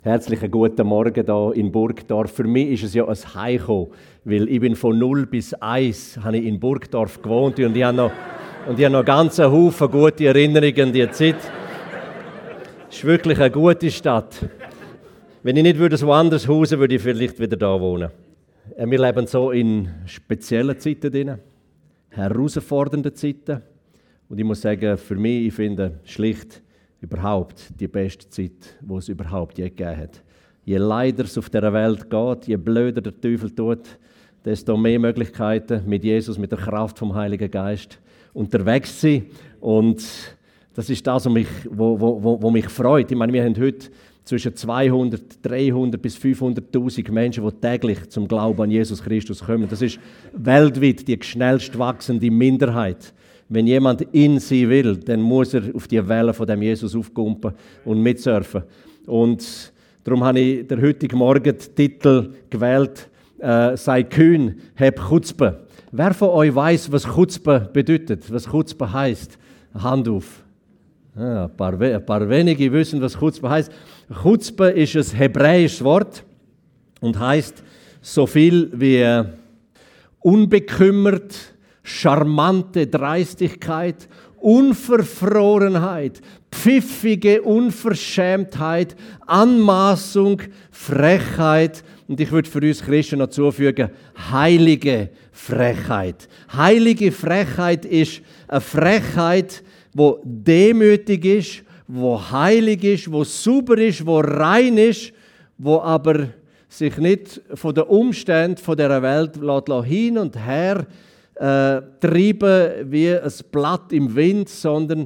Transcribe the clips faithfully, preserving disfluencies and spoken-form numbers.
Herzlichen guten Morgen hier in Burgdorf. Für mich ist es ja ein Heimkommen, weil ich bin von null bis eins habe ich in Burgdorf gewohnt und ich habe noch, und ich habe noch ganz einen Haufen gute Erinnerungen an diese Zeit. Es ist wirklich eine gute Stadt. Wenn ich nicht würde so woanders hausen, würde ich vielleicht wieder da wohnen. Wir leben so in speziellen Zeiten drin, herausfordernden Zeiten. Und ich muss sagen, für mich, ich finde schlicht überhaupt die beste Zeit, die es überhaupt je gegeben hat. Je leider es auf dieser Welt geht, je blöder der Teufel tut, desto mehr Möglichkeiten mit Jesus, mit der Kraft vom Heiligen Geist unterwegs zu sein. Und das ist das, was mich, wo, wo, wo mich freut. Ich meine, wir haben heute zwischen zweihundert, dreihundert bis fünfhunderttausend Menschen, die täglich zum Glauben an Jesus Christus kommen. Das ist weltweit die schnellst wachsende Minderheit. Wenn jemand in sie will, dann muss er auf die Welle von dem Jesus aufkumpen und mitsurfen. Und darum habe ich den heutigen Morgen den Titel gewählt, äh, «Sei kühn, hab Chutzpe». Wer von euch weiß, was Chutzpe bedeutet, was Chutzpe heisst? Hand auf. Ja, ein, paar, ein paar wenige wissen, was Chutzpe heisst. Chutzpe ist ein hebräisches Wort und heisst so viel wie unbekümmert, charmante Dreistigkeit, Unverfrorenheit, pfiffige Unverschämtheit, Anmaßung, Frechheit und ich würde für uns Christen noch zufügen, heilige Frechheit. Heilige Frechheit ist eine Frechheit, die demütig ist, die heilig ist, die sauber ist, die rein ist, die aber sich nicht von den Umständen dieser Welt hin und her Äh, treiben wie ein Blatt im Wind, sondern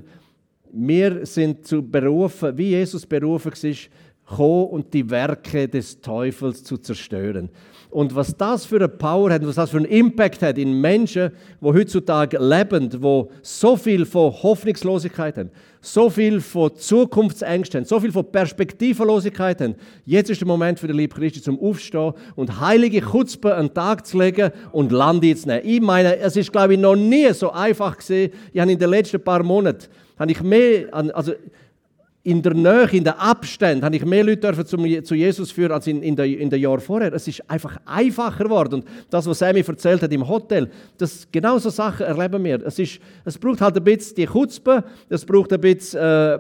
wir sind zu berufen, wie Jesus berufen war, kommen und die Werke des Teufels zu zerstören. Und was das für eine Power hat, was das für einen Impact hat in Menschen, die heutzutage leben, die so viel von Hoffnungslosigkeit haben, so viel von Zukunftsängsten haben, so viel von Perspektivenlosigkeit haben. Jetzt ist der Moment für den lieben Christus zum Aufstehen und heilige Chutzpe an den Tag zu legen und Land einzunehmen. Ich meine, es ist, glaube ich, noch nie so einfach gewesen. Ich habe in den letzten paar Monaten habe ich mehr, also in der Nähe, in den Abständen, habe ich mehr Leute dürfen zu Jesus führen als in, in, den, in den Jahren vorher. Es ist einfach einfacher geworden. Und das, was Sammy erzählt hat im Hotel, das, genau so Sachen erleben wir. Es, ist, es braucht halt ein bisschen die Chutzpe, es braucht ein bisschen äh,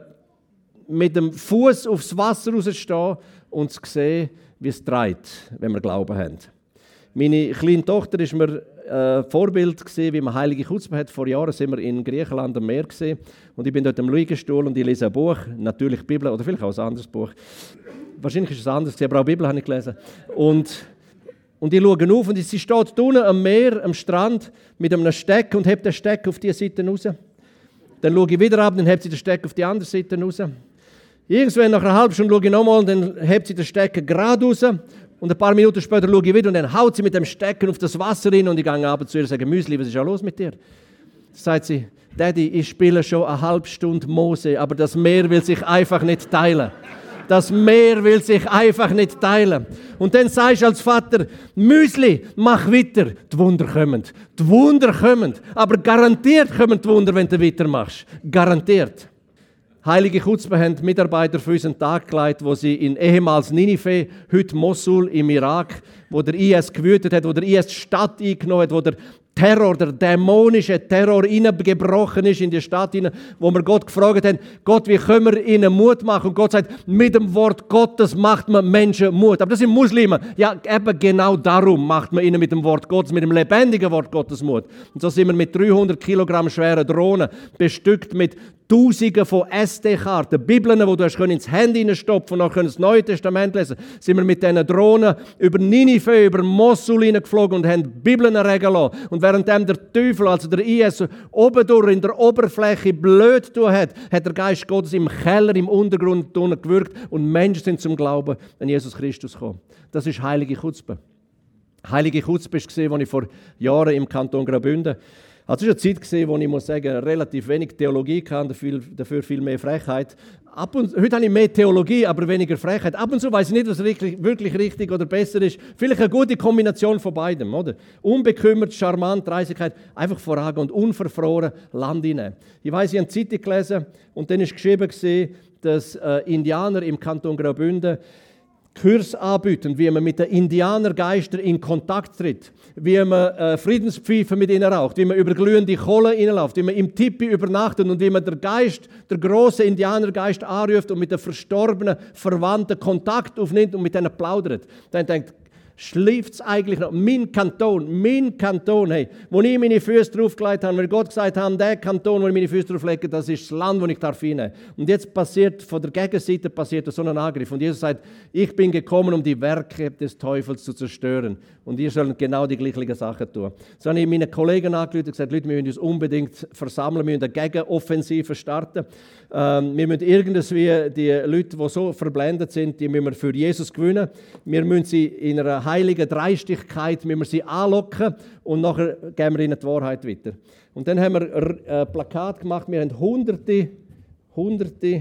mit dem Fuß aufs Wasser rausstehen und zu sehen, wie es dreht, wenn wir Glauben haben. Meine kleine Tochter war mir ein Vorbild gewesen, wie man heilige Chutzpe hat. Vor Jahren sind wir in Griechenland am Meer gewesen, und ich bin dort am Liegestuhl und ich lese ein Buch, natürlich die Bibel oder vielleicht auch ein anderes Buch. Wahrscheinlich ist es anders, aber auch die Bibel habe ich gelesen. Und, und ich schaue auf und sie steht unten am Meer, am Strand mit einem Steck und hebt den Steck auf diese Seite raus. Dann schaue ich wieder ab und hebt sie den Steck auf die andere Seite raus. Irgendwann nach einer halben Stunde schaue ich nochmal und dann hebt sie den Steck gerade raus. Und ein paar Minuten später schaue ich wieder und dann haut sie mit dem Stecken auf das Wasser rein und ich gehe abends zu ihr und sage, Müsli, was ist los mit dir? Dann sagt sie, Daddy, ich spiele schon eine halbe Stunde Mose, aber das Meer will sich einfach nicht teilen. Das Meer will sich einfach nicht teilen. Und dann sagst du als Vater, Müsli, mach weiter. Die Wunder kommen. Die Wunder kommen. Aber garantiert kommen die Wunder, wenn du weitermachst. Garantiert. Heilige Chutzpe haben Mitarbeiter für unseren Tag geleitet, wo sie in ehemals Ninive, heute Mosul im Irak, wo der I S gewütet hat, wo der I S die Stadt eingenommen hat, wo der Terror, der dämonische Terror hineingebrochen ist in die Stadt hinein, wo wir Gott gefragt haben, Gott, wie können wir ihnen Mut machen? Und Gott sagt, mit dem Wort Gottes macht man Menschen Mut. Aber das sind Muslime. Ja, eben genau darum macht man ihnen mit dem Wort Gottes, mit dem lebendigen Wort Gottes Mut. Und so sind wir mit dreihundert Kilogramm schweren Drohnen bestückt mit Tausenden von S D-Karten, Bibeln, die du hast ins Handy hineinstopfen und dann das Neue Testament lesen, sind wir mit diesen Drohnen über Ninive, über Mosul hineingeflogen und haben Bibeln erregen lassen. Und währenddem der Teufel, also der I S, oben durch in der Oberfläche blöd tun hat, hat der Geist Gottes im Keller, im Untergrund gewirkt und Menschen sind zum Glauben an Jesus Christus gekommen. Das ist heilige Chutzpe. Heilige Chutzpe war, als ich vor Jahren im Kanton Graubünden Also es war eine Zeit, wo ich muss sagen, relativ wenig Theologie hatte, dafür, dafür viel mehr Frechheit. Ab und, heute habe ich mehr Theologie, aber weniger Frechheit. Ab und zu weiß ich nicht, was wirklich, wirklich richtig oder besser ist. Vielleicht eine gute Kombination von beidem, oder? Unbekümmert, charmant, Dreisigkeit, einfach vorangehen und unverfroren Land hinein. Ich weiss, ich habe eine Zeitung gelesen und dann war geschrieben, dass äh, Indianer im Kanton Graubünden Kurs anbieten, wie man mit den Indianergeistern in Kontakt tritt, wie man äh, Friedenspfeife mit ihnen raucht, wie man über glühende Kohle hineinläuft, wie man im Tipi übernachtet und wie man den Geist, der große Indianergeist anruft und mit den verstorbenen Verwandten Kontakt aufnimmt und mit denen plaudert. Dann denkt, schläft es eigentlich noch? Mein Kanton, mein Kanton, hey, wo ich meine Füße draufgelegt habe, weil Gott gesagt hat, der Kanton, wo ich meine Füße drauflege, das ist das Land, wo ich darf hineinnehmen. Und jetzt passiert, von der Gegenseite passiert so ein Angriff. Und Jesus sagt, ich bin gekommen, um die Werke des Teufels zu zerstören. Und ihr sollt genau die gleichen Sachen tun. So habe ich meinen Kollegen angerufen und gesagt, Leute, wir müssen uns unbedingt versammeln, wir müssen eine Gegenoffensive starten. Ähm, wir müssen irgendwie die Leute, die so verblendet sind, die müssen wir für Jesus gewinnen. Wir müssen sie in einer heiligen Dreistigkeit müssen wir sie anlocken und nachher geben wir ihnen die Wahrheit weiter. Und dann haben wir ein Plakat gemacht. Wir haben hunderte, hunderte,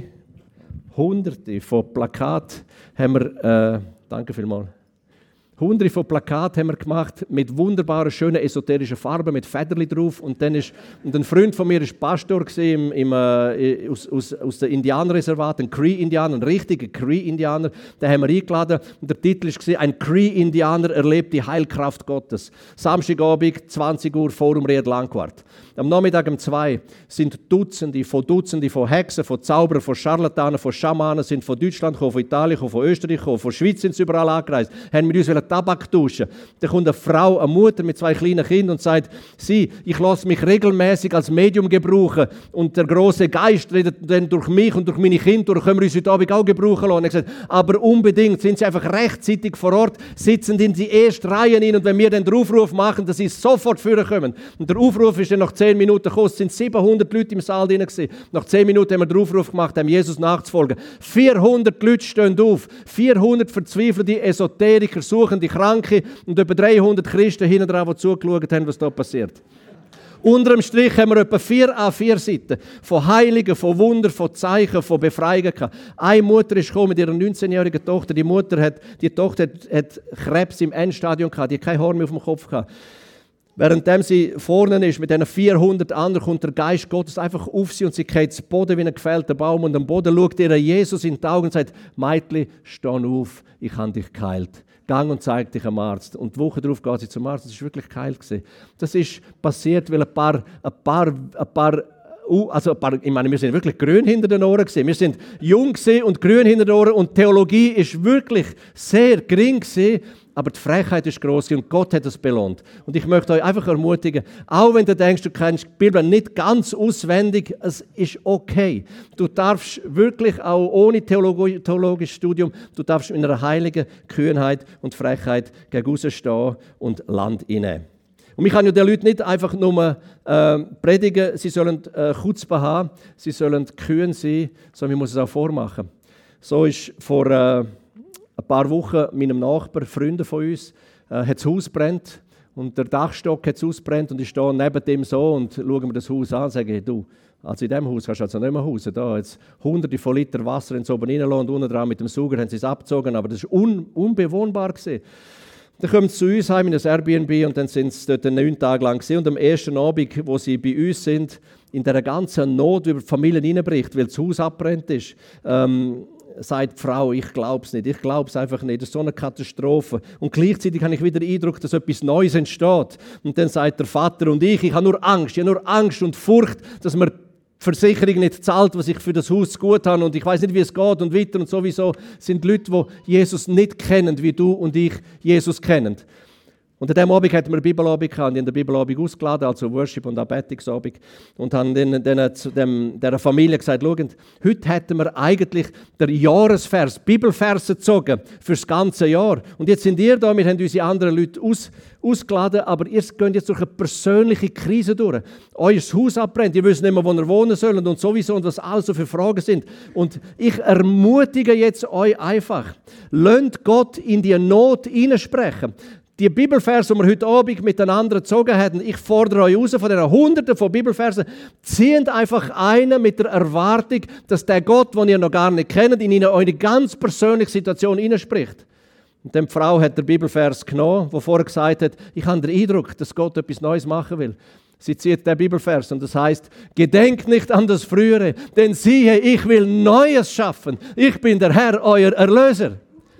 hunderte von Plakaten haben wir, äh, danke vielmals, Hunderte von Plakaten haben wir gemacht mit wunderbaren, schönen, esoterischen Farben, mit Federli drauf. Und, dann ist, und ein Freund von mir war Pastor im, im, äh, aus, aus, aus dem Indianerreservat, ein Cree-Indianer, ein richtiger Cree-Indianer. Den haben wir eingeladen. Und der Titel war «Ein Cree-Indianer erlebt die Heilkraft Gottes». Samstagabend, zwanzig Uhr, Forum Ried Langquart. Am Nachmittag um zwei sind Dutzende von Dutzende von Hexen, von Zauberern, von Scharlatanen, von Schamanen, sind von Deutschland gekommen, von Italien gekommen, von Österreich gekommen, von Schweiz sind sie überall angereist, haben mit uns Tabak tauschen. Dann kommt eine Frau, eine Mutter mit zwei kleinen Kindern und sagt, sie, ich lasse mich regelmäßig als Medium gebrauchen und der große Geist redet dann durch mich und durch meine Kinder, durch können wir uns heute Abend auch gebrauchen lassen. Und er gesagt, aber unbedingt sind sie einfach rechtzeitig vor Ort, sitzen in die ersten Reihen hin und wenn wir dann den Aufruf machen, dass sie sofort vorkommen. Und der Aufruf ist dann nach zehn Minuten gekommen, es sind siebenhundert Leute im Saal drin gewesen. Nach zehn Minuten haben wir den Aufruf gemacht, dem Jesus nachzufolgen. vierhundert Leute stehen auf, vierhundert verzweifelte Esoteriker suchen die Kranke und über dreihundert Christen hinten dran, die zugeschaut haben, was da passiert. Unter dem Strich haben wir etwa vier A vier Seiten von Heiligen, von Wunder, von Zeichen, von Befreiungen gehabt. Eine Mutter ist gekommen mit ihrer neunzehnjährigen Tochter. Die Mutter hat, die Tochter hat, hat Krebs im Endstadium gehabt, die hat kein Haar mehr auf dem Kopf gehabt. Währenddem sie vorne ist, mit diesen vierhundert anderen, kommt der Geist Gottes einfach auf sie und sie geht zu Boden wie ein gefällter Baum. Und am Boden schaut ihr Jesus in die Augen und sagt, Meitli, steh auf, ich habe dich geheilt. Gang und zeig dich am Arzt. Und die Woche darauf geht sie zum Arzt. Das war wirklich geheilt. Das ist passiert, weil ein paar, ein paar, ein paar also ein paar, ich meine, wir sind wirklich grün hinter den Ohren gewesen. Wir sind jung und grün hinter den Ohren und Theologie ist wirklich sehr gering gewesen. Aber die Frechheit ist gross und Gott hat es belohnt. Und ich möchte euch einfach ermutigen, auch wenn du denkst, du kennst die Bibel nicht ganz auswendig, es ist okay. Du darfst wirklich auch ohne Theologie, theologisches Studium, du darfst in einer heiligen Kühnheit und Frechheit gegen rausstehen und Land einnehmen. Und ich kann ja den Leuten nicht einfach nur äh, predigen, sie sollen äh, Chutzpah haben, sie sollen kühn sein, sondern ich muss es auch vormachen. So ist vor äh, ein paar Wochen meinem Nachbar, Freunde von uns, äh, hat das Haus brennt und der Dachstock hat das Haus brennt und ich stehe neben dem so und schaue mir das Haus an und sage, du, also in diesem Haus kannst du also nicht mehr hausen. Da jetzt hunderte von Liter Wasser ins oben reingelassen und unten dran mit dem Sauger haben sie es abgezogen, aber das war un- unbewohnbar gewesen. Dann kommen sie zu uns heim in das Airbnb und dann sind sie dort neun Tage lang gewesen. Und am ersten Abend, wo sie bei uns sind, in dieser ganzen Not über die Familie hineinbricht, weil das Haus abbrennt ist, ähm, sagt die Frau, ich glaube es nicht, ich glaube es einfach nicht, das ist so eine Katastrophe. Und gleichzeitig habe ich wieder den Eindruck, dass etwas Neues entsteht. Und dann sagt der Vater und ich, ich habe nur Angst, ich habe nur Angst und Furcht, dass mir die Versicherung nicht zahlt, was ich für das Haus gut habe und ich weiß nicht, wie es geht und weiter. Und sowieso sind Leute, die Jesus nicht kennen, wie du und ich Jesus kennen. Und an diesem Abend hatten wir einen Bibelabend gehabt, und ich habe den Bibelabend ausgeladen, also Worship- und Anbetungsabend. Und haben dann, dann zu dem, dieser Familie gesagt, schaut, heute hätten wir eigentlich den Jahresvers, Bibelverse gezogen für das ganze Jahr. Und jetzt sind ihr da, wir haben unsere anderen Leute aus, ausgeladen, aber ihr geht jetzt durch eine persönliche Krise durch. Euer Haus abbrennt, ihr wisst nicht mehr, wo ihr wohnen sollt und sowieso und was alles so für Fragen sind. Und ich ermutige jetzt euch einfach, lasst Gott in die Not hineinsprechen. Die Bibelverse, die wir heute Abend miteinander gezogen haben, ich fordere euch raus von diesen Hunderten von Bibelversen, zieht einfach einen mit der Erwartung, dass der Gott, den ihr noch gar nicht kennt, in eine eure ganz persönliche Situation hineinspricht. Und die Frau hat den Bibelvers genommen, der vorher gesagt hat, ich habe den Eindruck, dass Gott etwas Neues machen will. Sie zieht den Bibelvers und das heißt, gedenkt nicht an das Frühere, denn siehe, ich will Neues schaffen. Ich bin der Herr, euer Erlöser.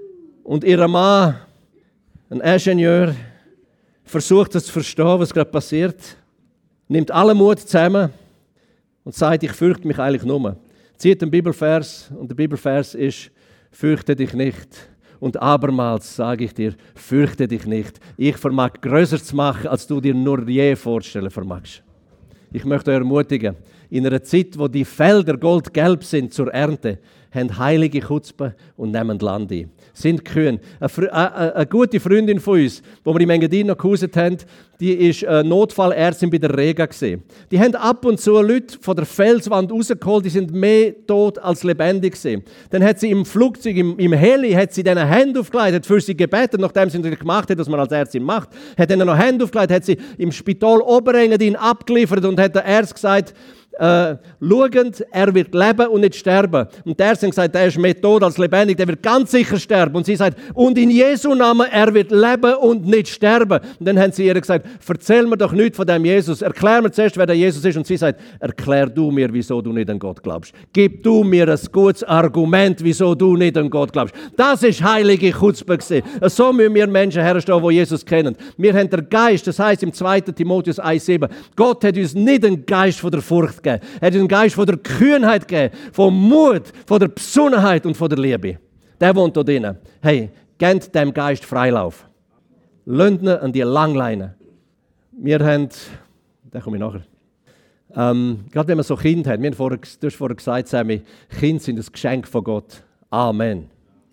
Und ihr Mann, ein Ingenieur, versucht es zu verstehen, was gerade passiert, nimmt allen Mut zusammen und sagt, ich fürchte mich eigentlich nur. Zieht den Bibelvers und der Bibelvers ist, fürchte dich nicht. Und abermals sage ich dir, fürchte dich nicht. Ich vermag größer zu machen, als du dir nur je vorstellen vermagst. Ich möchte euch ermutigen, in einer Zeit, wo die Felder goldgelb sind zur Ernte, haben heilige Chutzpe und nehmen Land ein. Sind kühn. Eine, eine, eine gute Freundin von uns, die wir im Engadin noch gehauset haben, die war Notfallärztin bei der Rega gewesen. Die haben ab und zu Leute von der Felswand rausgeholt, die sind mehr tot als lebendig gewesen. Dann hat sie im Flugzeug, im, im Heli, hat sie denen Hände aufgelegt, hat für sie gebetet, nachdem sie natürlich gemacht hat, was man als Ärztin macht, hat ihnen noch Hände aufgelegt, hat sie im Spital Oberengadin abgeliefert und hat der Arzt gesagt, Äh, schauend, er wird leben und nicht sterben. Und der Arzt hat gesagt, er ist mehr tot als lebendig, der wird ganz sicher sterben. Und sie sagt, und in Jesu Namen, er wird leben und nicht sterben. Und dann haben sie ihr gesagt, erzähl mir doch nichts von dem Jesus. Erklär mir zuerst, wer der Jesus ist. Und sie sagt, erklär du mir, wieso du nicht an Gott glaubst. Gib du mir ein gutes Argument, wieso du nicht an Gott glaubst. Das ist heilige Chutzpe gewesen. So müssen wir Menschen herstellen, die Jesus kennen. Wir haben den Geist, das heisst im zweiten Timotheus eins sieben, Gott hat uns nicht den Geist von der Furcht gegeben. Er hat uns einen Geist von der Kühnheit gegeben, vom Mut, von der Besonnenheit und von der Liebe. Der wohnt dort drinnen. Hey, gebt dem Geist Freilauf. Lasst ihn an die Langleine. Wir haben, da komme ich nachher. Ähm, gerade wenn man so Kinder hat, wir haben vorher, du hast vorher gesagt, Sammy, Kinder sind ein Geschenk von Gott. Amen.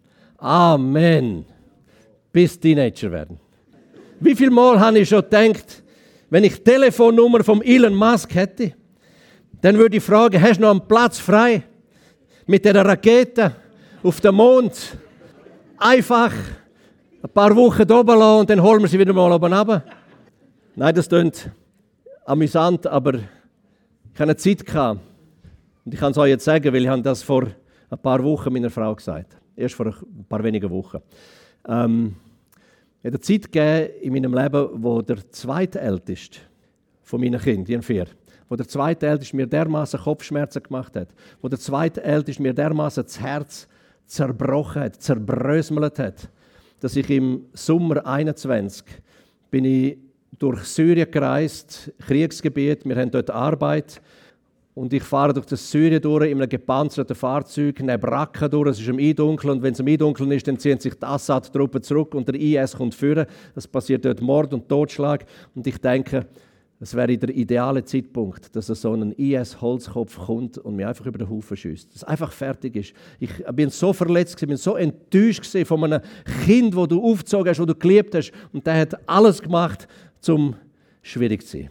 Amen. Bis Teenager werden. Wie viel Mal habe ich schon gedacht, wenn ich die Telefonnummer von Elon Musk hätte, dann würde ich fragen, hast du noch einen Platz frei? Mit der Rakete auf dem Mond. Einfach ein paar Wochen oben lassen und dann holen wir sie wieder mal oben runter. Nein, das klingt amüsant, aber ich hatte eine Zeit gehabt. Und ich kann es euch jetzt sagen, weil ich das vor ein paar Wochen meiner Frau gesagt habe. Erst vor ein paar wenigen Wochen. Ähm, es hat eine Zeit gegeben in meinem Leben, wo der zweitälteste von meinen Kindern, die haben vier, wo der zweitälteste mir dermaßen Kopfschmerzen gemacht hat, wo der zweitälteste mir dermaßen das Herz zerbrochen hat, zerbröselt hat, dass ich im Sommer einundzwanzig bin ich durch Syrien gereist, Kriegsgebiet, wir haben dort Arbeit und ich fahre durch das Syrien durch in einem gepanzerten Fahrzeug, neben Raqqa durch, es ist im Eindunkeln und wenn es im Eindunkeln ist, dann ziehen sich die Assad-Truppen zurück und der I S kommt führen. Es passiert dort Mord und Totschlag und ich denke, es wäre der ideale Zeitpunkt, dass so ein I S-Holzkopf kommt und mich einfach über den Haufen schießt. Dass es einfach fertig ist. Ich bin so verletzt, ich bin so enttäuscht von einem Kind, das du aufgezogen hast, das du geliebt hast. Und der hat alles gemacht, um schwierig zu sein.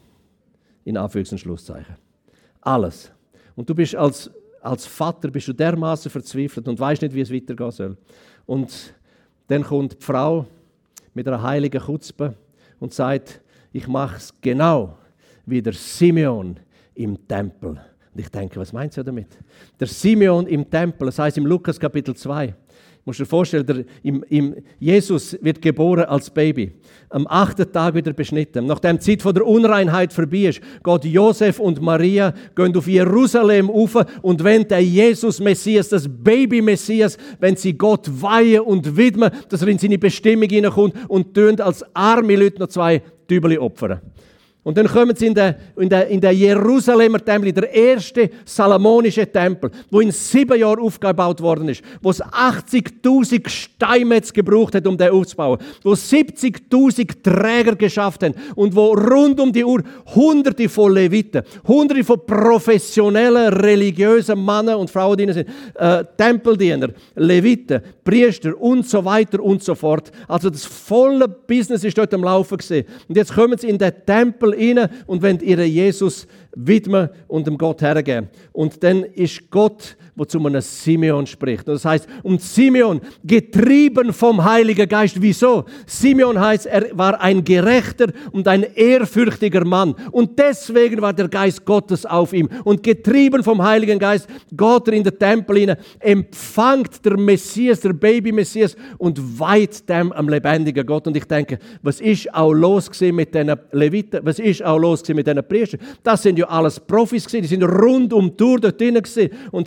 In Anführungs- und Schlusszeichen. Alles. Und du bist als, als Vater bist du dermaßen verzweifelt und weißt nicht, wie es weitergehen soll. Und dann kommt die Frau mit einer heiligen Chutzpe und sagt, ich mache es genau wie der Simeon im Tempel. Und ich denke, was meint sie damit? Der Simeon im Tempel, das heißt im Lukas Kapitel zwei. Du musst dir vorstellen, der, im, im Jesus wird geboren als Baby. Am achten Tag wird er beschnitten. Nachdem die Zeit von der Unreinheit vorbei ist, geht Josef und Maria gehen auf Jerusalem rauf und wenn der Jesus Messias, das Baby Messias, wenn sie Gott weihen und widmen, dass er in seine Bestimmung hineinkommt und tun als arme Leute noch zwei Dübeli opfern. Und dann kommen sie in den, in den, in den Jerusalemer Tempel, der erste salomonische Tempel, wo in sieben Jahren aufgebaut worden ist, wo es achtzigtausend Steinmetz gebraucht hat, um den aufzubauen, wo siebzigtausend Träger geschafft haben und wo rund um die Uhr Hunderte von Leviten, Hunderte von professionellen, religiösen Männern und Frauen drin sind, äh, Tempeldiener, Leviten, Priester und so weiter und so fort. Also das volle Business ist dort am Laufen gewesen. Und jetzt kommen sie in den Tempel rein und wollen ihren Jesus widmen und dem Gott hergeben. Und dann ist Gott, der zu einem Simeon spricht. Und das heißt, und Simeon, getrieben vom Heiligen Geist. Wieso? Simeon heißt, er war ein gerechter und ein ehrfürchtiger Mann. Und deswegen war der Geist Gottes auf ihm. Und getrieben vom Heiligen Geist geht er in den Tempel hinein, empfängt der Messias, der Baby-Messias und weiht dem am lebendigen Gott. Und ich denke, was ist auch los gewesen mit diesen Leviten? Was ist auch los gewesen mit diesen Priestern? Das sind ja alles Profis gewesen, die sind rund um die Tour dort drin gewesen und haben dort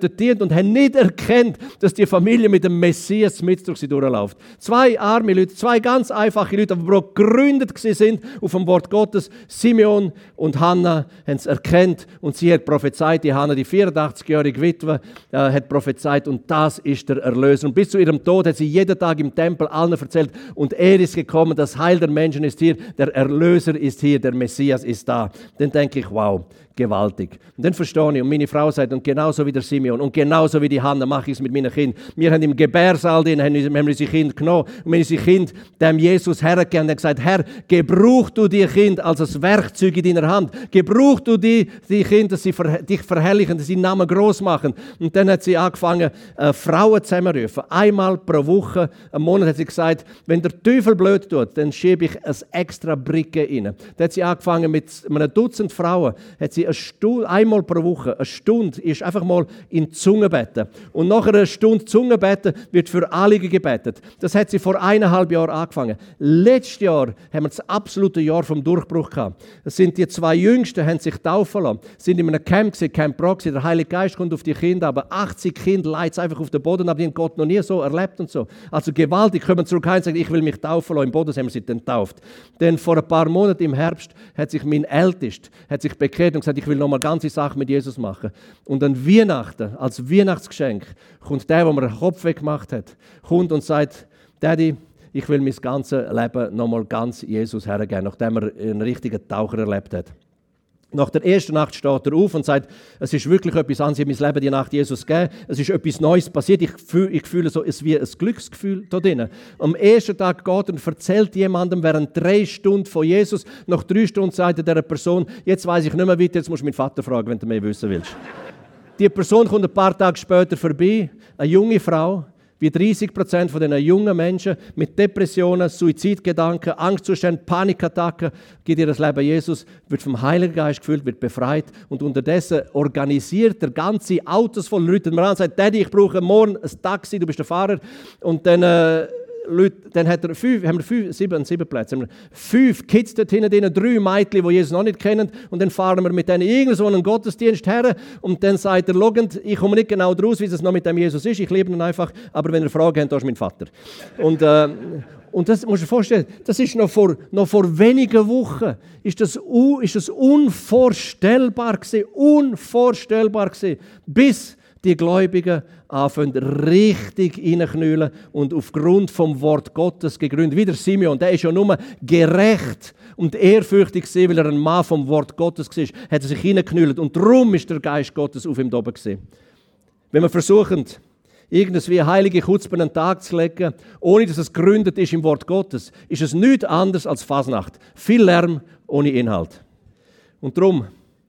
dort dient und haben nicht erkannt, dass die Familie mit dem Messias mit durch sie durchläuft. Zwei arme Leute, zwei ganz einfache Leute, die aber gegründet sind auf dem Wort Gottes. Simeon und Hannah haben es erkannt und sie hat prophezeit, die Hannah, die vierundachtzigjährige Witwe, äh, hat prophezeit und das ist der Erlöser. Und bis zu ihrem Tod hat sie jeden Tag im Tempel allen erzählt und er ist gekommen, das Heil der Menschen ist hier, der Erlöser ist hier, der Messias ist da. Dann denke ich, wow, gewaltig. Und dann verstehe ich, und meine Frau sagt, und genauso wie der Simeon und genauso wie die Hannah mache ich es mit meinen Kindern. Wir haben im Gebärsaal, den haben wir unsere Kinder genommen und wir haben unsere Kinder dem Jesus hergegeben und haben gesagt, Herr, gebrauch du die Kinder als ein Werkzeug in deiner Hand. Gebrauch du die, die Kinder, dass sie dich verherrlichen, dass sie den Namen gross machen. Und dann hat sie angefangen, äh, Frauen zusammenzurufen. Einmal pro Woche, am Monat hat sie gesagt, wenn der Teufel blöd tut, dann schiebe ich ein extra Bricke rein. Dann hat sie angefangen mit einem Dutzend Frauen, hat sie eine Stunde, einmal pro Woche, eine Stunde, ist einfach mal in Zunge beten. Und nach einer Stunde Zunge beten wird für Anliegen gebetet. Das hat sie vor eineinhalb Jahren angefangen. Letztes Jahr haben wir das absolute Jahr vom Durchbruch gehabt. Das sind die zwei Jüngsten, haben sich taufen lassen, sind in einem Camp gewesen, Camp Proxy, der Heilige Geist kommt auf die Kinder, aber achtzig Kinder leitet einfach auf den Boden, aber die haben Gott noch nie so erlebt und so. Also gewaltig, kommen zurück und sagen, ich will mich taufen lassen. Im Boden haben wir sie dann getauft. Denn vor ein paar Monaten im Herbst hat sich mein Ältester hat sich bekehrt und gesagt, ich will noch mal ganze Sachen mit Jesus machen. Und an Weihnachten, als Weihnachtsgeschenk, kommt der, der mir den Kopf weggemacht hat, kommt und sagt, Daddy, ich will mein ganzes Leben noch mal ganz Jesus hergeben, nachdem er einen richtigen Taucher erlebt hat. Nach der ersten Nacht steht er auf und sagt, es ist wirklich etwas anderes, ich habe mein Leben die Nacht Jesus gegeben, es ist etwas Neues passiert, ich fühle, ich fühle so, es wie ein Glücksgefühl da drin. Am ersten Tag geht er und erzählt jemandem während drei Stunden von Jesus, nach drei Stunden sagt er dieser Person, jetzt weiss ich nicht mehr weiter, jetzt musst du meinen Vater fragen, wenn du mehr wissen willst. Die Person kommt ein paar Tage später vorbei, eine junge Frau, wie dreißig Prozent von diesen jungen Menschen mit Depressionen, Suizidgedanken, Angstzuständen, Panikattacken, gibt ihr das Leben Jesus, wird vom Heiligen Geist gefüllt, wird befreit und unterdessen organisiert der ganze Autos voll Leute mir an und sagt, Daddy, ich brauche morgen ein Taxi, du bist der Fahrer. Und dann, äh, Leute, dann hat er fünf, haben wir fünf, sieben, sieben Plätze, haben wir fünf Kids dort hinten drin, drei Mädchen, die Jesus noch nicht kennen und dann fahren wir mit denen irgendwo einen Gottesdienst her und dann sagt er, logend, ich komme nicht genau draus, wie es noch mit dem Jesus ist, ich liebe ihn einfach, aber wenn ihr Fragen habt, da ist mein Vater. Und, äh, und das musst du dir vorstellen, das ist noch vor, noch vor wenigen Wochen, ist das, ist das unvorstellbar gewesen, unvorstellbar gewesen, bis die Gläubigen anfangen richtig reinknüllen und aufgrund vom Wort Gottes gegründet. Wie der Simeon, der ist ja nur gerecht und ehrfürchtig gewesen, weil er ein Mann vom Wort Gottes war, hat er sich reinknüllt und darum ist der Geist Gottes auf ihm oben gewesen. Wenn wir versuchen, irgendwie heilige Chutzpe an den Tag zu legen, ohne dass es gegründet ist im Wort Gottes, ist es nichts anderes als Fasnacht. Viel Lärm ohne Inhalt. Und darum,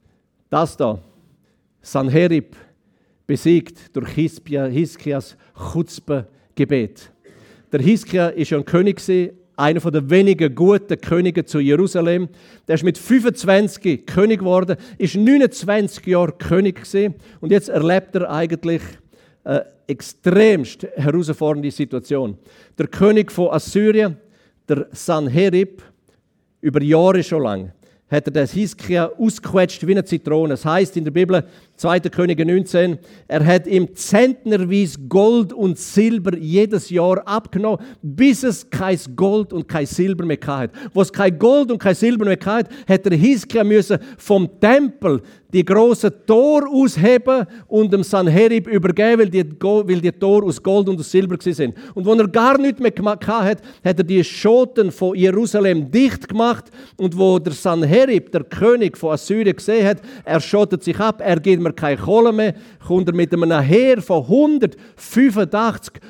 das da, Sanherib, besiegt durch Hiskias Chutzpe-Gebet. Der Hiskia war ja ein König, einer der wenigen guten Könige zu Jerusalem. Der ist mit fünfundzwanzig König geworden, ist neunundzwanzig Jahre König gewesen, und jetzt erlebt er eigentlich eine extremst herausfordernde Situation. Der König von Assyrien, der Sanherib, über Jahre schon lang, hat er den Hiskia ausgequetscht wie eine Zitrone. Es heisst in der Bibel, zweiter Könige neunzehn, er hat ihm zentnerweise Gold und Silber jedes Jahr abgenommen, bis es kein Gold und kein Silber mehr hatte. Wo es kein Gold und kein Silber mehr hatte, hat der Hiskia müssen vom Tempel die grossen Tor ausheben und dem Sanherib übergeben, weil die, weil die Tor aus Gold und aus Silber waren. Und als er gar nichts mehr gemacht hat, hat er die Schoten von Jerusalem dicht gemacht. Und wo der Sanherib, der König von Assyrien, gesehen hat, er schottet sich ab, er gibt mir keine Kohle mehr, kommt er mit einem Heer von hundertfünfundachtzigtausend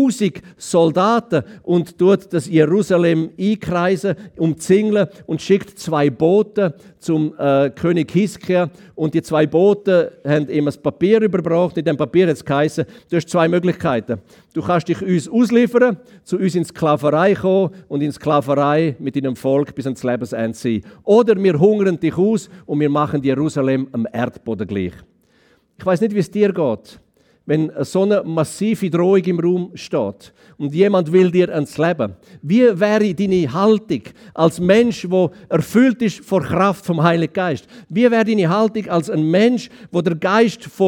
Soldaten und tut das Jerusalem einkreisen, umzingeln und schickt zwei Boten zum äh, König Hiskia. Und die zwei Boten haben ihm ein Papier überbracht. In diesem Papier hat es geheißen, du hast zwei Möglichkeiten. Du kannst dich uns ausliefern, zu uns in die Sklaverei kommen und in die Sklaverei mit deinem Volk bis ans Lebensende sein. Oder wir hungern dich aus und wir machen Jerusalem am Erdboden gleich. Ich weiß nicht, wie es dir geht, wenn so eine massive Drohung im Raum steht und jemand will dir ans Leben. Wie wäre deine Haltung als Mensch, der erfüllt ist vor Kraft vom Heiligen Geist? Wie wäre deine Haltung als ein Mensch, der der Geist vor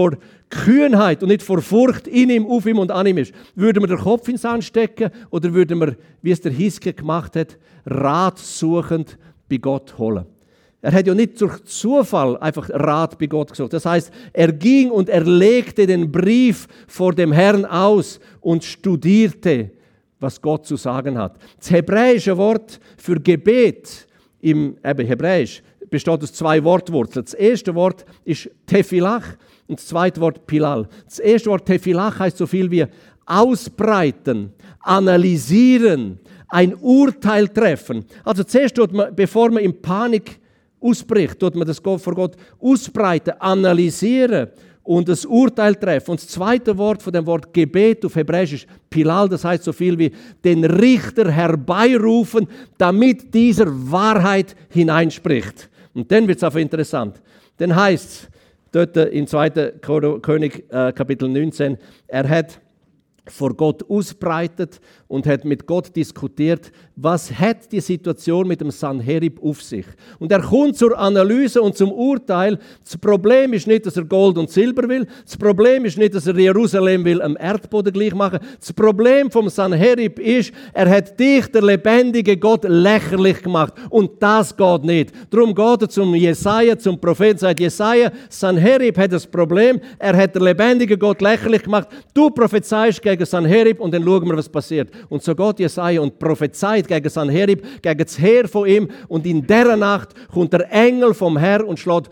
Kühnheit und nicht vor Furcht in ihm, auf ihm und an ihm ist, würden wir den Kopf ins Sand stecken oder würden wir, wie es der Hiskia gemacht hat, Rat suchend bei Gott holen? Er hat ja nicht durch Zufall einfach Rat bei Gott gesucht. Das heißt, er ging und er legte den Brief vor dem Herrn aus und studierte, was Gott zu sagen hat. Das hebräische Wort für Gebet im eben Hebräisch besteht aus zwei Wortwurzeln. Das erste Wort ist Tefilach und das zweite Wort Pilal. Das erste Wort Tefilach heißt so viel wie ausbreiten, analysieren, ein Urteil treffen. Also zuerst tut man, bevor man in Panik ausbricht, tut man das vor Gott ausbreiten, analysieren und das Urteil treffen. Und das zweite Wort von dem Wort Gebet auf Hebräisch ist Pilal, das heißt so viel wie den Richter herbeirufen, damit dieser Wahrheit hineinspricht. Und dann wird es einfach interessant. Dann heißt es dort in zweiten König äh, Kapitel neunzehn, er hat vor Gott ausbreitet und hat mit Gott diskutiert, was hat die Situation mit dem Sanherib auf sich. Und er kommt zur Analyse und zum Urteil. Das Problem ist nicht, dass er Gold und Silber will. Das Problem ist nicht, dass er Jerusalem will am Erdboden gleich machen. Das Problem vom Sanherib ist, er hat dich, der lebendige Gott, lächerlich gemacht. Und das geht nicht. Darum geht er zum Jesaja, zum Propheten, sagt Jesaja, Sanherib hat das Problem, er hat der lebendige Gott lächerlich gemacht. Du prophezeist gegen Sanherib und dann schauen wir, was passiert. Und so geht Jesaja und prophezeit gegen Sanherib, gegen das Heer von ihm. Und in dieser Nacht kommt der Engel vom Herrn und schlägt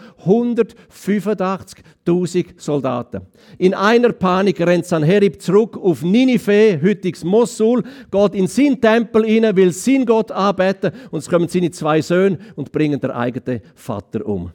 hundertfünfundachtzigtausend Soldaten. In einer Panik rennt Sanherib zurück auf Ninive, heutiges Mossul, geht in seinen Tempel rein, will seinen Gott anbeten und es kommen seine zwei Söhne und bringen den eigenen Vater um.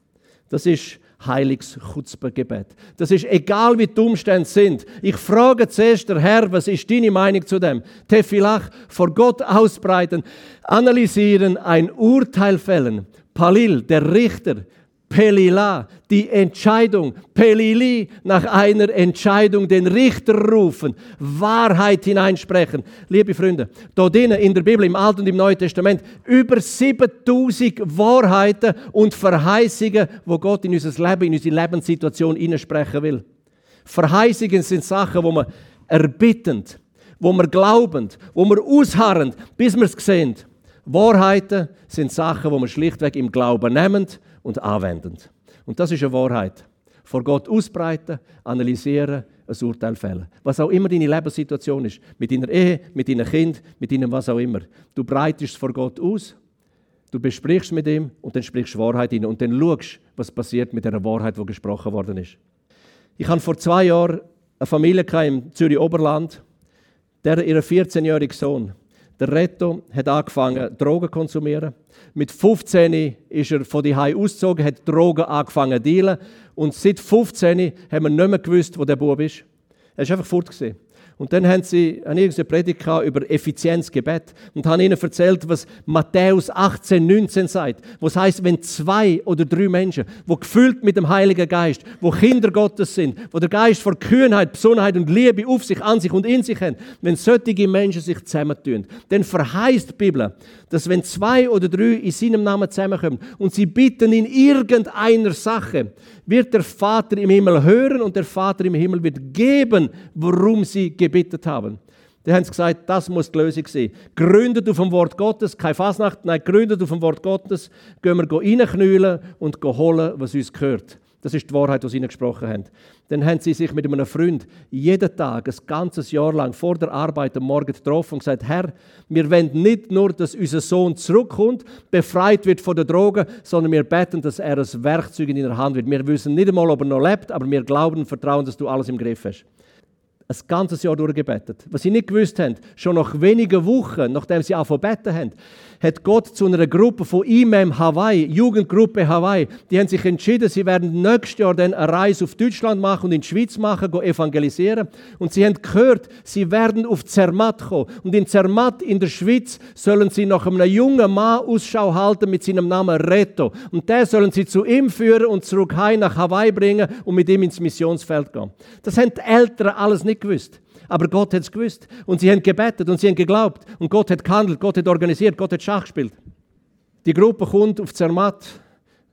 Das ist heiliges Chutzpe-Gebet. Das ist egal, wie die Umstände sind. Ich frage zuerst der Herr, was ist deine Meinung zu dem? Tefilach, vor Gott ausbreiten, analysieren, ein Urteil fällen. Palil, der Richter. Pelila, die Entscheidung. Pelili, nach einer Entscheidung den Richter rufen. Wahrheit hineinsprechen. Liebe Freunde, da drinnen in der Bibel, im Alten und im Neuen Testament, über siebentausend Wahrheiten und Verheißungen, wo Gott in unser Leben, in unsere Lebenssituation hineinsprechen will. Verheißungen sind Sachen, wo wir erbittend, wo wir glaubend, wo wir ausharrend, bis wir es sehen. Wahrheiten sind Sachen, die wir schlichtweg im Glauben nehmen und anwenden. Und das ist eine Wahrheit. Vor Gott ausbreiten, analysieren, ein Urteil fällen. Was auch immer deine Lebenssituation ist. Mit deiner Ehe, mit deinem Kind, mit deinem was auch immer. Du breitest es vor Gott aus, du besprichst mit ihm und dann sprichst du Wahrheit hin. Und dann schaust, was passiert mit der Wahrheit, die gesprochen worden ist. Ich hatte vor zwei Jahren eine Familie im Zürich-Oberland, der ihr vierzehnjähriger Sohn, der Reto, hat angefangen, Drogen zu konsumieren. Mit fünfzehn ist er von die Hause ausgezogen, hat Drogen angefangen zu dealen. Und seit fünfzehn haben wir nicht mehr gewusst, wo der Bub ist. Er war einfach fort. Und dann haben sie eine Predigt über Effizienzgebet und haben ihnen erzählt, was Matthäus achtzehn, neunzehn sagt. Was heisst, wenn zwei oder drei Menschen, die gefüllt mit dem Heiligen Geist, die Kinder Gottes sind, wo der Geist vor Kühnheit, Besonnenheit und Liebe auf sich, an sich und in sich haben, wenn solche Menschen sich zusammentun, dann verheißt die Bibel, dass wenn zwei oder drei in seinem Namen zusammenkommen und sie bitten in irgendeiner Sache, wird der Vater im Himmel hören und der Vater im Himmel wird geben, worum sie gebeten haben. Die haben gesagt, das muss die Lösung sein. Gründet auf dem Wort Gottes, keine Fasnacht, nein, gründet auf dem Wort Gottes, gehen wir reinknüllen und holen, was uns gehört. Das ist die Wahrheit, die sie ihnen gesprochen haben. Dann haben sie sich mit einem Freund jeden Tag, ein ganzes Jahr lang, vor der Arbeit am Morgen getroffen und gesagt, Herr, wir wollen nicht nur, dass unser Sohn zurückkommt, befreit wird von den Drogen, sondern wir beten, dass er ein Werkzeug in der Hand wird. Wir wissen nicht einmal, ob er noch lebt, aber wir glauben und vertrauen, dass du alles im Griff hast. Ein ganzes Jahr durchgebetet. Was sie nicht gewusst haben, schon nach wenigen Wochen, nachdem sie angefangen zu beten haben, hat Gott zu einer Gruppe von I M E M Hawaii, Jugendgruppe Hawaii, die haben sich entschieden, sie werden nächstes Jahr dann eine Reise auf Deutschland machen und in die Schweiz machen, gehen evangelisieren. Und sie haben gehört, sie werden auf Zermatt kommen. Und in Zermatt in der Schweiz sollen sie nach einem jungen Mann Ausschau halten mit seinem Namen Reto. Und den sollen sie zu ihm führen und zurück heim nach Hawaii bringen und mit ihm ins Missionsfeld gehen. Das haben die Eltern alles nicht gewusst. Aber Gott hat es gewusst. Und sie haben gebetet und sie haben geglaubt. Und Gott hat gehandelt, Gott hat organisiert, Gott hat Schach gespielt. Die Gruppe kommt auf Zermatt.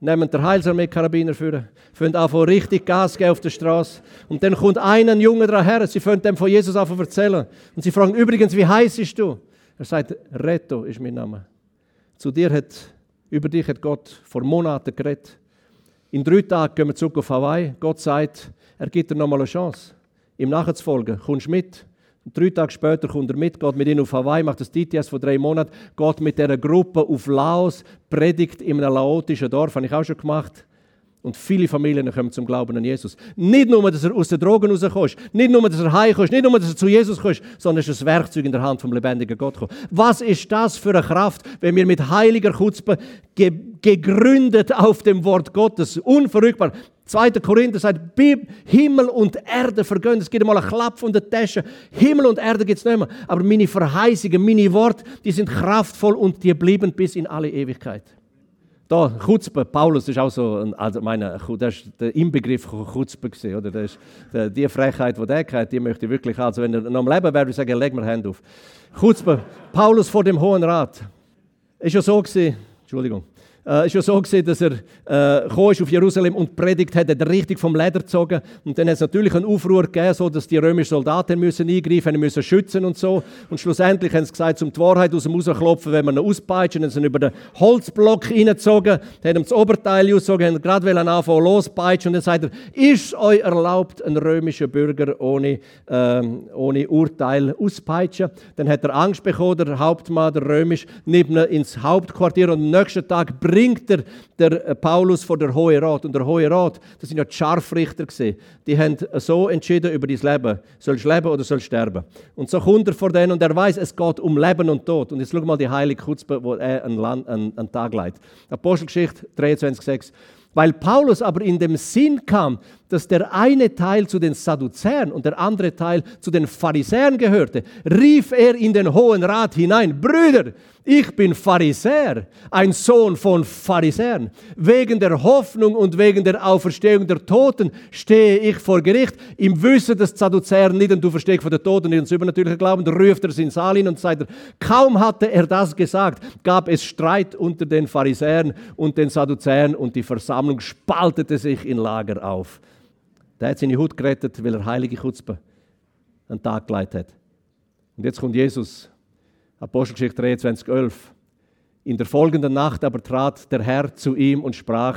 nehmen den Heilsarmee-Karabiner führen, fangen an, richtig Gas geben auf der Straße. Und dann kommt ein Junge dran her, sie fangen dem von Jesus an zu erzählen. Und sie fragen, übrigens, wie heisst du? Er sagt, Reto ist mein Name. Zu dir hat, über dich hat Gott vor Monaten geredet. In drei Tagen gehen wir zurück auf Hawaii. Gott sagt, er gibt dir nochmal eine Chance, ihm nachzufolgen. Kommst mit? Und drei Tage später kommt er mit, geht mit ihnen auf Hawaii, macht das D T S von drei Monaten, geht mit dieser Gruppe auf Laos, predigt in einem laotischen Dorf, habe ich auch schon gemacht. Und viele Familien kommen zum Glauben an Jesus. Nicht nur, dass er aus den Drogen rauskommst, nicht nur, dass er heimkommst, nicht nur, dass er zu Jesus kommst, sondern es ist ein Werkzeug in der Hand vom lebendigen Gott gekommen. Was ist das für eine Kraft, wenn wir mit heiliger Chutzpe ge gegründet auf dem Wort Gottes, unverrückbar. zweiter Korinther sagt, Himmel und Erde vergehen. Es gibt mal einen Klapp von der Tasche. Himmel und Erde gibt es nicht mehr. Aber meine Verheißungen, meine Worte, die sind kraftvoll und die bleiben bis in alle Ewigkeit. Da, Chutzpe, Paulus ist auch so, ein, also meine, das ist der Inbegriff von Chutzpe gewesen, oder? Das ist die, die Frechheit, die der hat, die möchte ich wirklich haben. Also wenn er noch am Leben wäre, würde ich sagen, leg mir Hände auf. Chutzpe, Paulus vor dem Hohen Rat. Ist ja so gewesen, Entschuldigung. Es äh, war ja so gewesen, dass er äh, kam auf Jerusalem und predigt hat, hat richtig vom Leder gezogen. Und dann hat es natürlich einen Aufruhr gegeben, so, dass die römischen Soldaten müssen eingreifen müssen, müssen schützen und so. Und schlussendlich haben sie gesagt, um die Wahrheit aus dem rausklopfen, wenn man ihn auspeitschen, dann sind sie über den Holzblock reingezogen, dann haben ihm das Oberteil ausgezogen, haben gerade anfangen lospeitschen. Und dann sagt er, ist es euch erlaubt, einen römischen Bürger ohne, ähm, ohne Urteil auszupeitschen? Dann hat er Angst bekommen, der Hauptmann, der römisch, neben ihn ins Hauptquartier und am nächsten Tag bringt der, der Paulus vor der Hohe Rat. Und der Hohe Rat, das sind ja die Scharfrichter gewesen. Die haben so entschieden über dein Leben. Sollst du leben oder sollst du sterben? Und so kommt er vor denen und er weiß, es geht um Leben und Tod. Und jetzt schau mal die heilige Chutzpe, wo er einen, Land, einen, einen Tag leitet. Apostelgeschichte dreiundzwanzig sechs. Weil Paulus aber in dem Sinn kam, dass der eine Teil zu den Sadduzäern und der andere Teil zu den Pharisäern gehörte, rief er in den Hohen Rat hinein, Brüder, ich bin Pharisäer, ein Sohn von Pharisäern. Wegen der Hoffnung und wegen der Auferstehung der Toten stehe ich vor Gericht. Im Wissen, dass die Sadduzäer nicht an die Auferstehung von den Toten, nicht ans übernatürliche Glauben, ruft er es in den Saal hin und sagt, kaum hatte er das gesagt, gab es Streit unter den Pharisäern und den Sadduzäern und die Versammlung spaltete sich in Lager auf. Der hat seine Haut gerettet, weil er heilige Chutzpe einen Tag geleitet hat. Und jetzt kommt Jesus, Apostelgeschichte dreiundzwanzig elf. In der folgenden Nacht aber trat der Herr zu ihm und sprach,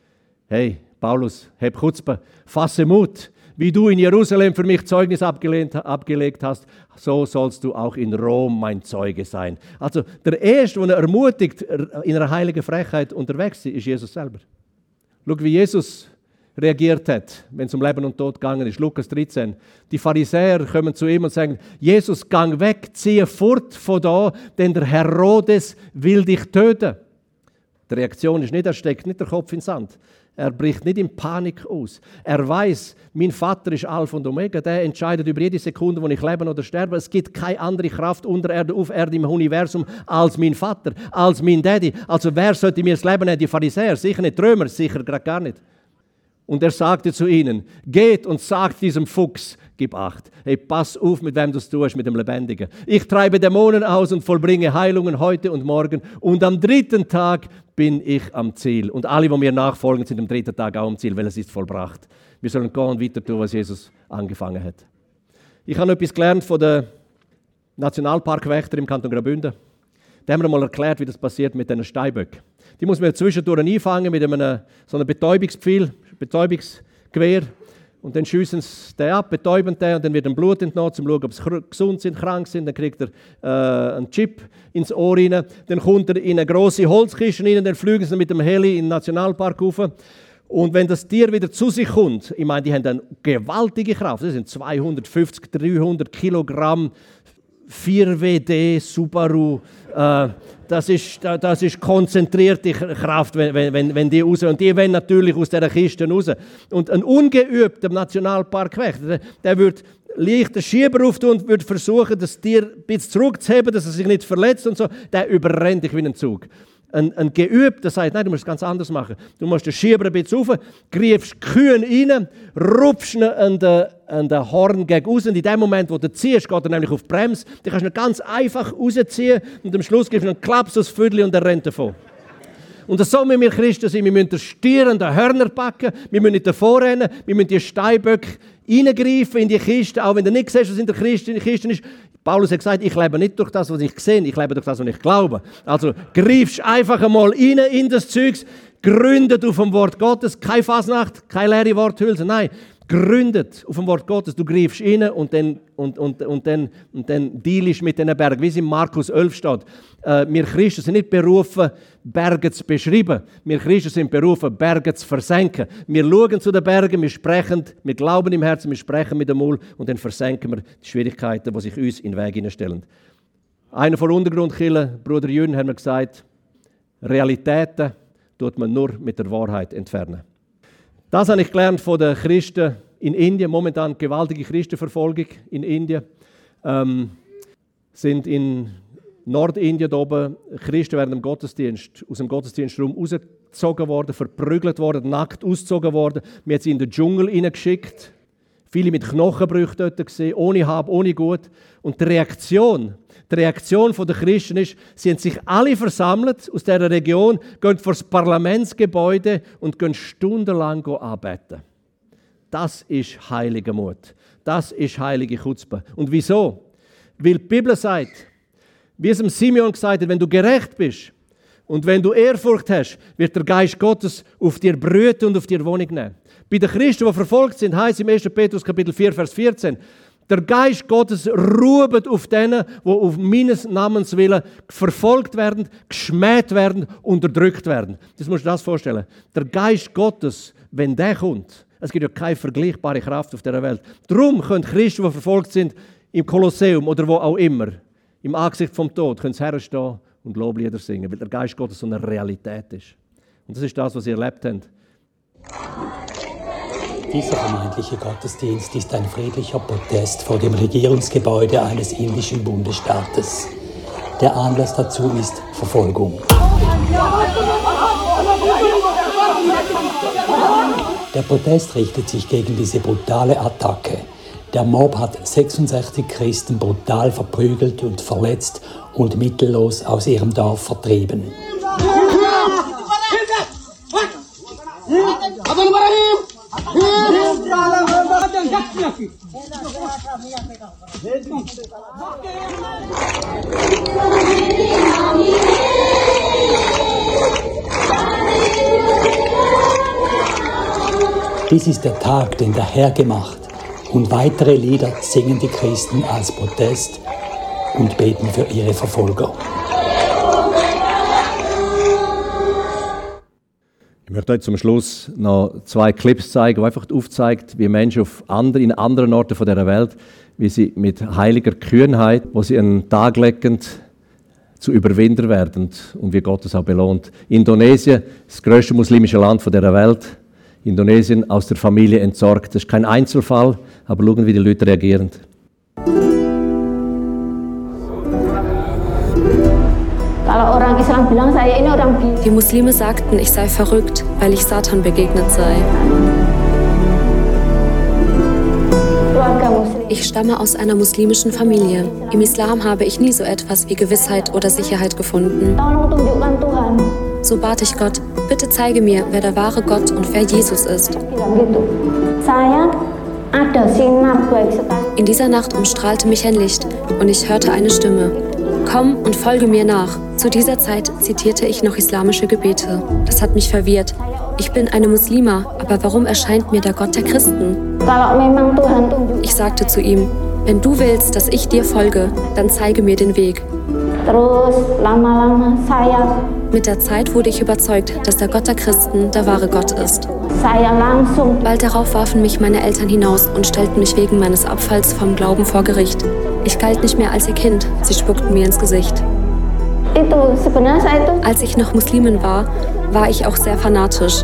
hey, Paulus, hab Chutzpe, fasse Mut. Wie du in Jerusalem für mich Zeugnis abgelehnt, abgelegt hast, so sollst du auch in Rom mein Zeuge sein. Also der Erste, der ermutigt, in einer heiligen Frechheit unterwegs ist, ist Jesus selber. Schau, wie Jesus reagiert hat, wenn es um Leben und Tod gegangen ist. Lukas dreizehn. Die Pharisäer kommen zu ihm und sagen, Jesus, gang weg, ziehe fort von da, denn der Herodes will dich töten. Die Reaktion ist nicht, er steckt nicht den Kopf in den Sand. Er bricht nicht in Panik aus. Er weiß, mein Vater ist Alpha und Omega, der entscheidet über jede Sekunde, wo ich lebe oder sterbe. Es gibt keine andere Kraft unter Erde, auf Erde im Universum als mein Vater, als mein Daddy. Also wer sollte mir das Leben nehmen? Die Pharisäer, sicher nicht die Römer, sicher gerade gar nicht. Und er sagte zu ihnen, geht und sagt diesem Fuchs, gib Acht. Hey, pass auf, mit wem du es tust, mit dem Lebendigen. Ich treibe Dämonen aus und vollbringe Heilungen heute und morgen. Und am dritten Tag bin ich am Ziel. Und alle, die mir nachfolgen, sind am dritten Tag auch am Ziel, weil es ist vollbracht. Wir sollen gehen und weiter tun, was Jesus angefangen hat. Ich habe noch etwas gelernt von den Nationalparkwächtern im Kanton Graubünden. Die haben mir mal erklärt, wie das passiert mit diesen Steinböcken. Die muss man zwischendurch einfangen mit einem, so einem Betäubungspfeil, Betäubungsgewehr. Und dann schiessen sie den ab, betäuben den und dann wird ein Blut entnommen, um zu schauen, ob sie gesund sind, krank sind. Dann kriegt er äh, einen Chip ins Ohr rein. Dann kommt er in eine grosse Holzkiste rein, dann fliegen sie mit dem Heli in den Nationalpark rauf. Und wenn das Tier wieder zu sich kommt, ich meine, die haben eine gewaltige Kraft, das sind zweihundertfünfzig, dreihundert Kilogramm vier W D Subaru, äh, das, ist, das ist konzentrierte Kraft, wenn, wenn, wenn die raus. Und die wollen natürlich aus dieser Kiste raus. Und ein ungeübter Nationalparkwächter, der, der würde leicht den Schieber auftun und würde versuchen, das Tier ein bisschen zurückzuheben, dass es sich nicht verletzt und so, der überrennt dich wie ein Zug. Ein, ein Geübter sagt, nein, du musst es ganz anders machen. Du musst den Schieber ein bisschen rauf, greifst Kühen rein, rupfst ihn an den, an den Horn gegen raus. Und in dem Moment, wo du ziehst, geht er nämlich auf die Bremse. Dann kannst du ihn ganz einfach rausziehen und am Schluss gibst du einen Klaps aufs Viertel und er rennt davon. Und so müssen wir Christen sein. Wir müssen den Stier und den Hörner packen. Wir müssen nicht davor rennen. Wir müssen die Steinböcke reingreifen in die Kiste. Auch wenn du nicht siehst, was in der Kiste ist. Paulus hat gesagt, ich lebe nicht durch das, was ich sehe. Ich lebe durch das, was ich glaube. Also greifst einfach einmal rein in das Zeugs. Gründet auf dem Wort Gottes. Keine Fasnacht, keine leere Worthülse. Nein, gründet auf dem Wort Gottes. Du greifst rein und dann, und, und, und dann, und dann dealst mit diesen Bergen. Wie es in Markus elf steht. Äh, wir Christen sind nicht berufen, Berge zu beschreiben. Wir Christen sind berufen, Berge zu versenken. Wir schauen zu den Bergen, wir sprechen, wir glauben im Herzen, wir sprechen mit dem Mund und dann versenken wir die Schwierigkeiten, die sich uns in den Weg hineinstellen. Einer von Untergrundkirchen, Bruder Jürgen, hat mir gesagt, Realitäten tut man nur mit der Wahrheit entfernen. Das habe ich gelernt von den Christen in Indien. Momentan gewaltige Christenverfolgung in Indien. Ähm, sind in Nordindien oben Christen während dem Gottesdienst aus dem Gottesdienstraum rausgezogen worden, verprügelt worden, nackt ausgezogen worden. Wir haben sie in den Dschungel hineingeschickt. Viele mit Knochenbrüchen dort gesehen, ohne Hab, ohne Gut. Und die Reaktion, die Reaktion der Christen ist, sie haben sich alle versammelt aus dieser Region, gehen vor das Parlamentsgebäude und gehen stundenlang anbeten. Das ist heiliger Mut. Das ist heilige Chutzpe. Und wieso? Weil die Bibel sagt, wie es dem Simeon gesagt hat, wenn du gerecht bist und wenn du Ehrfurcht hast, wird der Geist Gottes auf dir brüten und auf dir Wohnung nehmen. Bei den Christen, die verfolgt sind, heißt im ersten Petrus Kapitel vier, Vers vierzehn, der Geist Gottes ruht auf denen, die auf meines Namens willen verfolgt werden, geschmäht werden, unterdrückt werden. Das musst du dir das vorstellen. Der Geist Gottes, wenn der kommt, es gibt ja keine vergleichbare Kraft auf dieser Welt. Darum können Christen, die verfolgt sind, im Kolosseum oder wo auch immer, im Angesicht vom Tod, können sie herstehen und Loblieder singen, weil der Geist Gottes so eine Realität ist. Und das ist das, was sie erlebt haben. Dieser vermeintliche Gottesdienst ist ein friedlicher Protest vor dem Regierungsgebäude eines indischen Bundesstaates. Der Anlass dazu ist Verfolgung. Der Protest richtet sich gegen diese brutale Attacke. Der Mob hat sechsundsechzig Christen brutal verprügelt und verletzt und mittellos aus ihrem Dorf vertrieben. Dies ist der Tag, den der Herr gemacht. Und weitere Lieder singen die Christen als Protest und beten für ihre Verfolger. Ich möchte euch zum Schluss noch zwei Clips zeigen, die einfach aufzeigen, wie Menschen auf andre, in anderen Orten dieser Welt, wie sie mit heiliger Kühnheit, wo sie einen Tag legen, zu Überwinder werden und wie Gott es auch belohnt. Indonesien, das grösste muslimische Land dieser Welt. Indonesien aus der Familie entsorgt. Das ist kein Einzelfall, aber schauen, wie die Leute reagieren. Die Muslime sagten, ich sei verrückt, weil ich Satan begegnet sei. Ich stamme aus einer muslimischen Familie. Im Islam habe ich nie so etwas wie Gewissheit oder Sicherheit gefunden. So bat ich Gott, bitte zeige mir, wer der wahre Gott und wer Jesus ist. In dieser Nacht umstrahlte mich ein Licht und ich hörte eine Stimme. Komm und folge mir nach. Zu dieser Zeit zitierte ich noch islamische Gebete. Das hat mich verwirrt. Ich bin eine Muslima, aber warum erscheint mir der Gott der Christen? Ich sagte zu ihm, wenn du willst, dass ich dir folge, dann zeige mir den Weg. Mit der Zeit wurde ich überzeugt, dass der Gott der Christen der wahre Gott ist. Bald darauf warfen mich meine Eltern hinaus und stellten mich wegen meines Abfalls vom Glauben vor Gericht. Ich galt nicht mehr als ihr Kind, sie spuckten mir ins Gesicht. Als ich noch Muslimin war, war ich auch sehr fanatisch.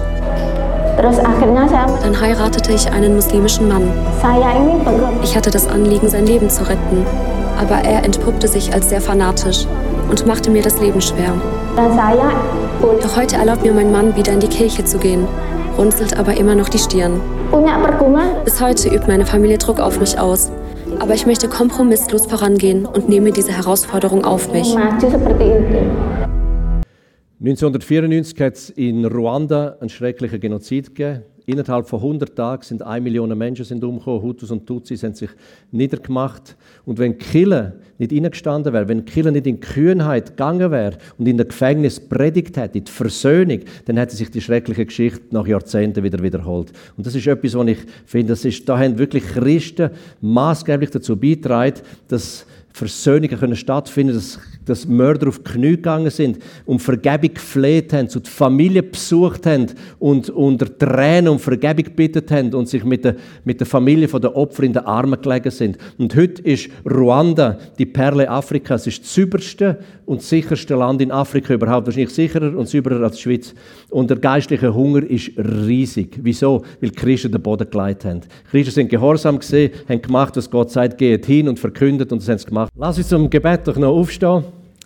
Dann heiratete ich einen muslimischen Mann. Ich hatte das Anliegen, sein Leben zu retten, aber er entpuppte sich als sehr fanatisch und machte mir das Leben schwer. Doch heute erlaubt mir mein Mann, wieder in die Kirche zu gehen, runzelt aber immer noch die Stirn. Bis heute übt meine Familie Druck auf mich aus, aber ich möchte kompromisslos vorangehen und nehme diese Herausforderung auf mich. neunzehnhundertvierundneunzig hat es in Ruanda einen schrecklichen Genozid gegeben. Innerhalb von hundert Tagen sind eine Million Menschen sind umgekommen. Hutus und Tutsis haben sich niedergemacht. Und wenn die Kirche nicht reingestanden wäre, wenn die Kirche nicht in Kühnheit gegangen wäre und in der Gefängnis predigt hätte, in die Versöhnung, dann hätte sich die schreckliche Geschichte nach Jahrzehnten wieder wiederholt. Und das ist etwas, was ich finde, das ist, da haben wirklich Christen maßgeblich dazu beigetragen, dass Versöhnungen können stattfinden, dass, dass Mörder auf die Knie gegangen sind, um Vergebung gefleht haben, zu die Familie besucht haben und unter Tränen um Vergebung gebeten haben und sich mit der, mit der Familie der Opfer in den Armen gelegen sind. Und heute ist Ruanda die Perle Afrikas, ist das sauberste und sicherste Land in Afrika überhaupt, wahrscheinlich sicherer und sauberer als die Schweiz. Und der geistliche Hunger ist riesig. Wieso? Weil die Christen den Boden geleitet haben. Die Christen sind gehorsam gewesen, haben gemacht, was Gott sagt, geht hin und verkündet, und das haben sie gemacht. Lass uns zum Gebet doch noch aufstehen.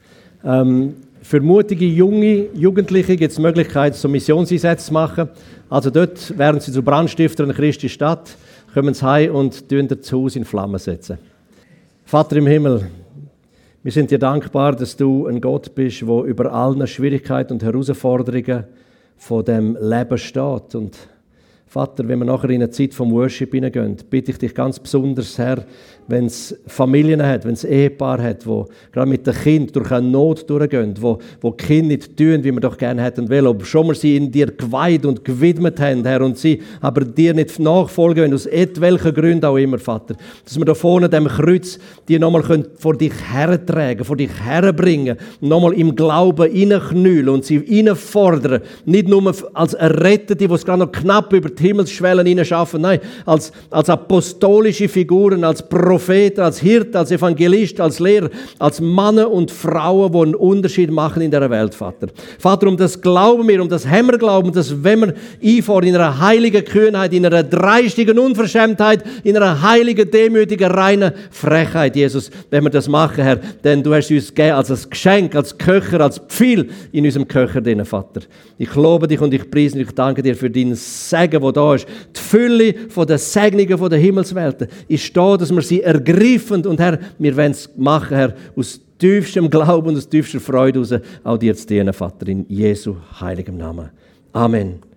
Ähm, für mutige junge Jugendliche gibt es die Möglichkeit, so Missionseinsätze zu machen. Also dort werden sie zu Brandstiftern in Christi Stadt, kommen sie heim und tun das Haus in Flammen setzen. Vater im Himmel, wir sind dir dankbar, dass du ein Gott bist, der über allen Schwierigkeiten und Herausforderungen von dem Leben steht. Und Vater, wenn wir nachher in eine Zeit vom Worship hineingehen, bitte ich dich ganz besonders, Herr, wenn es Familien hat, wenn es Ehepaare hat, wo gerade mit den Kindern durch eine Not durchgehen, wo, wo die Kinder nicht tun, wie wir doch gerne hätten wollen, ob schon wir sie in dir geweiht und gewidmet haben, Herr, und sie aber dir nicht nachfolgen wollen, aus etwelchen Gründen auch immer, Vater, dass wir da vorne dem Kreuz die nochmal vor dich hertragen, vor dich herbringen, nochmal im Glauben hineinknüllen und sie hineinfordern, nicht nur als Errettete, die es gerade noch knapp über die Himmelsschwellen hineinschaffen, nein, als, als apostolische Figuren, als Propheten, als Hirten, als Evangelisten, als Lehrer, als Männer und Frauen, die einen Unterschied machen in dieser Welt, Vater. Vater, um das glauben wir, um das haben wir glauben, dass wenn wir einfahren in einer heiligen Kühnheit, in einer dreistigen Unverschämtheit, in einer heiligen, demütigen, reinen Frechheit, Jesus, wenn wir das machen, Herr, denn du hast uns gegeben als ein Geschenk, als Köcher, als Pfeil in unserem Köcher drin, Vater. Ich lobe dich und ich preise dich, ich danke dir für deinen Segen, der da ist. Die Fülle von den Segnungen von der Himmelswelten ist da, dass wir sie ergreifen. Und Herr, wir wollen es machen, Herr, aus tiefstem Glauben und aus tiefster Freude heraus, auch dir zu dienen, Vater, in Jesu heiligem Namen. Amen.